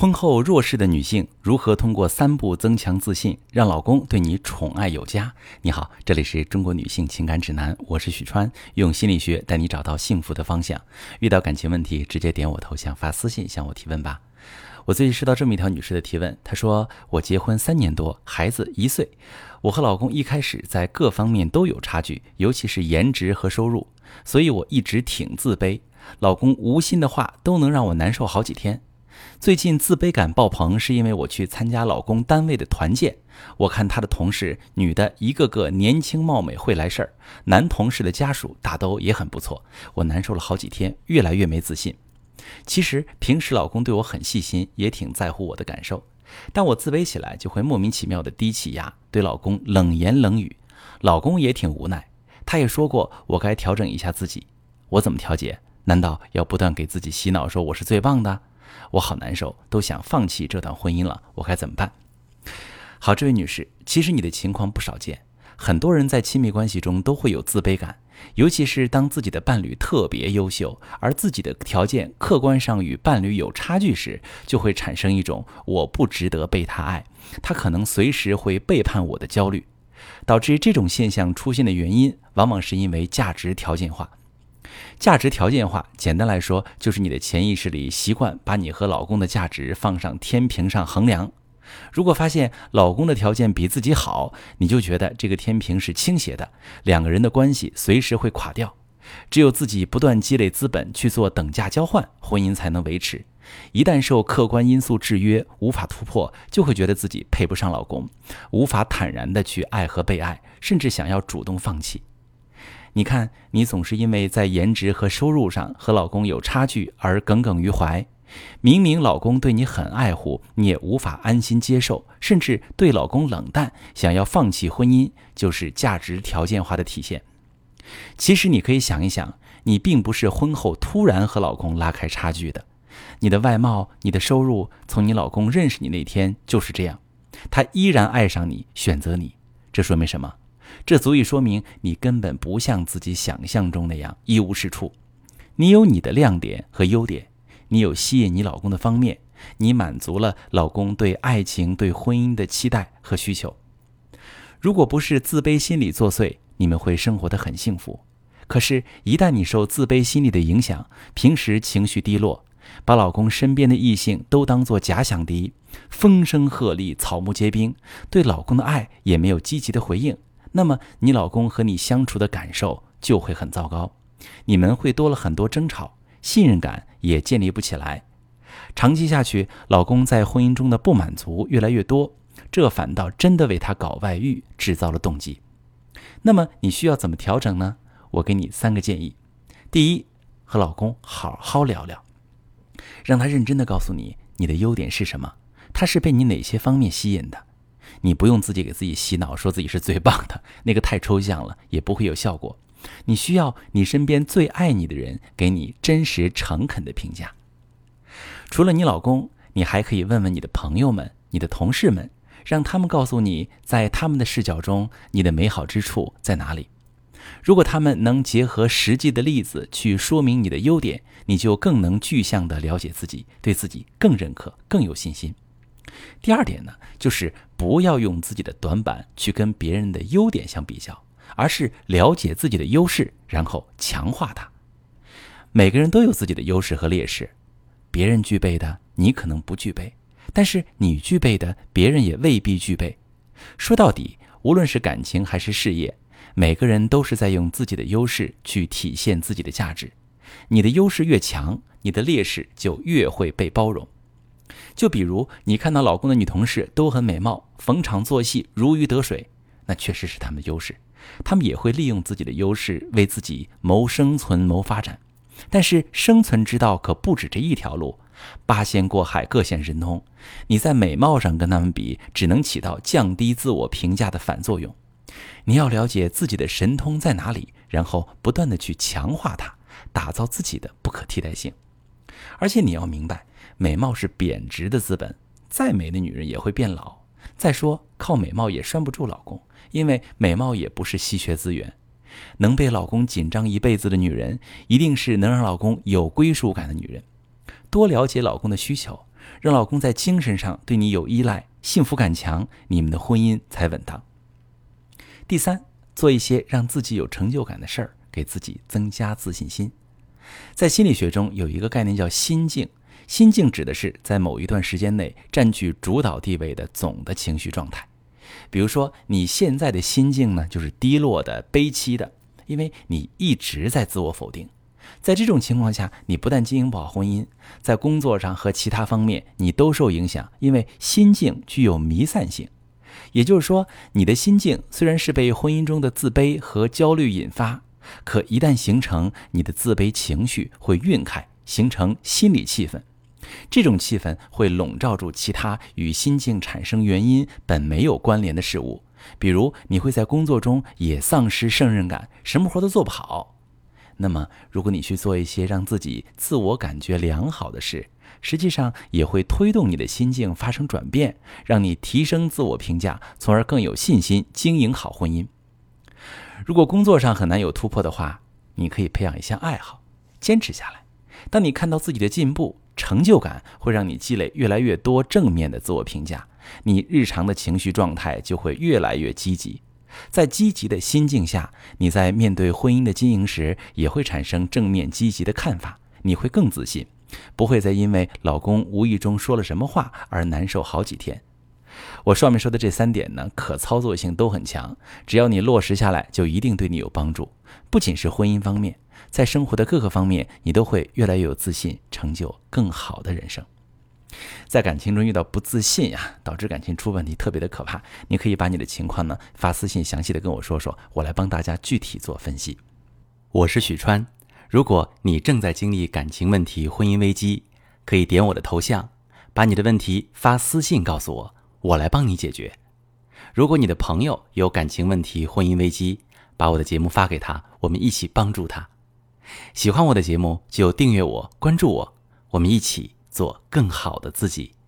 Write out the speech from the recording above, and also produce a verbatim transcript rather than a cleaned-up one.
婚后弱势的女性如何通过三步增强自信，让老公对你宠爱有加？你好，这里是中国女性情感指南，我是许川，用心理学带你找到幸福的方向。遇到感情问题，直接点我头像发私信向我提问吧。我最近收到这么一条女士的提问，她说我结婚三年多，孩子一岁，我和老公一开始在各方面都有差距，尤其是颜值和收入，所以我一直挺自卑，老公无心的话都能让我难受好几天。最近自卑感爆棚，是因为我去参加老公单位的团建，我看他的同事女的一个个年轻貌美会来事儿，男同事的家属大都也很不错，我难受了好几天，越来越没自信。其实平时老公对我很细心，也挺在乎我的感受，但我自卑起来就会莫名其妙的低气压，对老公冷言冷语，老公也挺无奈，他也说过我该调整一下自己。我怎么调节？难道要不断给自己洗脑说我是最棒的？我好难受，都想放弃这段婚姻了，我该怎么办？好，这位女士，其实你的情况不少见，很多人在亲密关系中都会有自卑感，尤其是当自己的伴侣特别优秀，而自己的条件客观上与伴侣有差距时，就会产生一种我不值得被他爱，他可能随时会背叛我的焦虑。导致这种现象出现的原因，往往是因为价值条件化。价值条件化，简单来说，就是你的潜意识里习惯把你和老公的价值放上天平上衡量。如果发现老公的条件比自己好，你就觉得这个天平是倾斜的，两个人的关系随时会垮掉。只有自己不断积累资本去做等价交换，婚姻才能维持。一旦受客观因素制约，无法突破，就会觉得自己配不上老公，无法坦然地去爱和被爱，甚至想要主动放弃。你看，你总是因为在颜值和收入上和老公有差距而耿耿于怀。明明老公对你很爱护，你也无法安心接受，甚至对老公冷淡，想要放弃婚姻，就是价值条件化的体现。其实你可以想一想，你并不是婚后突然和老公拉开差距的，你的外貌、你的收入，从你老公认识你那天就是这样，他依然爱上你，选择你。这说明什么？这足以说明你根本不像自己想象中那样一无是处。你有你的亮点和优点，你有吸引你老公的方面，你满足了老公对爱情、对婚姻的期待和需求。如果不是自卑心理作祟，你们会生活得很幸福。可是，一旦你受自卑心理的影响，平时情绪低落，把老公身边的异性都当作假想敌，风声鹤唳，草木皆兵，对老公的爱也没有积极的回应，那么你老公和你相处的感受就会很糟糕，你们会多了很多争吵，信任感也建立不起来。长期下去，老公在婚姻中的不满足越来越多，这反倒真的为他搞外遇制造了动机。那么你需要怎么调整呢？我给你三个建议。第一，和老公好好聊聊，让他认真地告诉你你的优点是什么，他是被你哪些方面吸引的。你不用自己给自己洗脑说自己是最棒的，那个太抽象了，也不会有效果。你需要你身边最爱你的人给你真实诚恳的评价。除了你老公，你还可以问问你的朋友们、你的同事们，让他们告诉你在他们的视角中你的美好之处在哪里。如果他们能结合实际的例子去说明你的优点，你就更能具象地了解自己，对自己更认可，更有信心。第二点呢，就是不要用自己的短板去跟别人的优点相比较，而是了解自己的优势，然后强化它。每个人都有自己的优势和劣势，别人具备的你可能不具备，但是你具备的别人也未必具备。说到底，无论是感情还是事业，每个人都是在用自己的优势去体现自己的价值。你的优势越强，你的劣势就越会被包容。就比如你看到老公的女同事都很美貌，逢场作戏，如鱼得水，那确实是他们的优势，他们也会利用自己的优势为自己谋生存、谋发展。但是生存之道可不止这一条路，八仙过海，各显神通。你在美貌上跟他们比，只能起到降低自我评价的反作用。你要了解自己的神通在哪里，然后不断的去强化它，打造自己的不可替代性。而且你要明白，美貌是贬值的资本，再美的女人也会变老。再说，靠美貌也拴不住老公，因为美貌也不是稀缺资源。能被老公紧张一辈子的女人，一定是能让老公有归属感的女人。多了解老公的需求， 让老公在精神上对你有依赖，幸福感强，你们的婚姻才稳当。第三，做一些让自己有成就感的事儿，给自己增加自信心。在心理学中有一个概念叫心境，心境指的是在某一段时间内占据主导地位的总的情绪状态。比如说你现在的心境呢，就是低落的、悲戚的，因为你一直在自我否定。在这种情况下，你不但经营不好婚姻，在工作上和其他方面你都受影响，因为心境具有弥散性。也就是说，你的心境虽然是被婚姻中的自卑和焦虑引发，可一旦形成，你的自卑情绪会晕开，形成心理气氛。这种气氛会笼罩住其他与心境产生原因本没有关联的事物，比如你会在工作中也丧失胜任感，什么活都做不好。那么如果你去做一些让自己自我感觉良好的事，实际上也会推动你的心境发生转变，让你提升自我评价，从而更有信心经营好婚姻。如果工作上很难有突破的话，你可以培养一项爱好，坚持下来。当你看到自己的进步，成就感会让你积累越来越多正面的自我评价，你日常的情绪状态就会越来越积极。在积极的心境下，你在面对婚姻的经营时也会产生正面积极的看法，你会更自信，不会再因为老公无意中说了什么话而难受好几天。我上面说的这三点呢，可操作性都很强，只要你落实下来，就一定对你有帮助。不仅是婚姻方面，在生活的各个方面，你都会越来越有自信，成就更好的人生。在感情中遇到不自信啊，导致感情出问题，特别的可怕。你可以把你的情况呢发私信详细的跟我说说，我来帮大家具体做分析。我是许川，如果你正在经历感情问题、婚姻危机，可以点我的头像，把你的问题发私信告诉我，我来帮你解决。如果你的朋友有感情问题、婚姻危机，把我的节目发给他，我们一起帮助他。喜欢我的节目就订阅我、关注我，我们一起做更好的自己。